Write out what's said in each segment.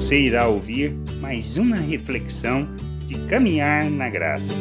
você irá ouvir mais uma reflexão de caminhar na graça.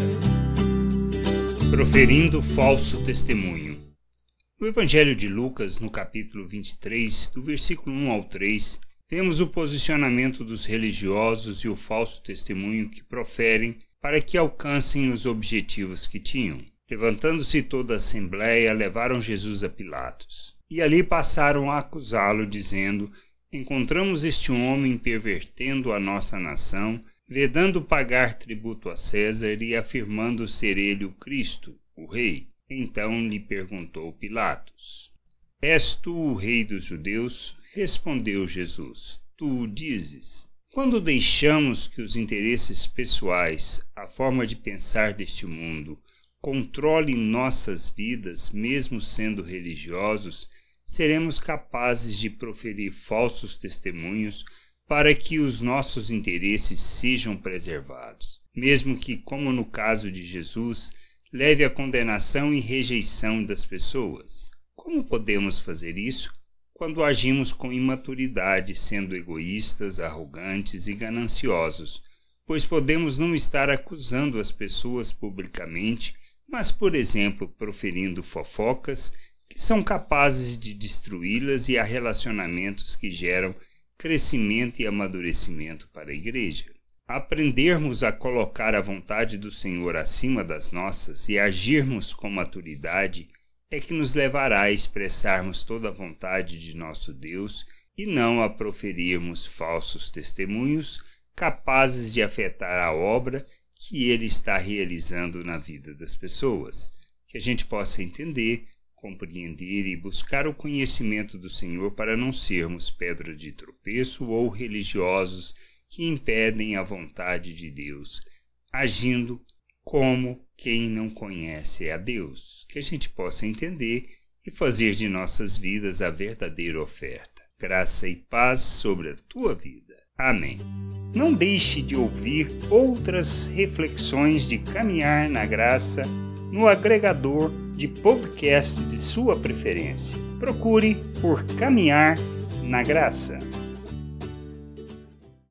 Proferindo falso testemunho. No Evangelho de Lucas, no capítulo 23, do versículo 1 ao 3, vemos o posicionamento dos religiosos e o falso testemunho que proferem para que alcancem os objetivos que tinham. Levantando-se toda a assembleia, levaram Jesus a Pilatos. E ali passaram a acusá-lo, dizendo: encontramos este homem pervertendo a nossa nação, vedando pagar tributo a César e afirmando ser ele o Cristo, o Rei. Então lhe perguntou Pilatos: és tu o Rei dos judeus? Respondeu Jesus: tu o dizes. Quando deixamos que os interesses pessoais, a forma de pensar deste mundo, controlem nossas vidas, mesmo sendo religiosos, seremos capazes de proferir falsos testemunhos para que os nossos interesses sejam preservados, mesmo que, como no caso de Jesus, leve à condenação e rejeição das pessoas. Como podemos fazer isso quando agimos com imaturidade, sendo egoístas, arrogantes e gananciosos? Pois podemos não estar acusando as pessoas publicamente, mas, por exemplo, proferindo fofocas que são capazes de destruí-las e há relacionamentos que geram crescimento e amadurecimento para a igreja. Aprendermos a colocar a vontade do Senhor acima das nossas e agirmos com maturidade é que nos levará a expressarmos toda a vontade de nosso Deus e não a proferirmos falsos testemunhos capazes de afetar a obra que Ele está realizando na vida das pessoas. Que a gente possa entender, compreender e buscar o conhecimento do Senhor para não sermos pedra de tropeço ou religiosos que impedem a vontade de Deus, agindo como quem não conhece a Deus. Que a gente possa entender e fazer de nossas vidas a verdadeira oferta. Graça e paz sobre a tua vida. Amém. Não deixe de ouvir outras reflexões de caminhar na graça no agregador de podcast de sua preferência. Procure por Caminhar na Graça.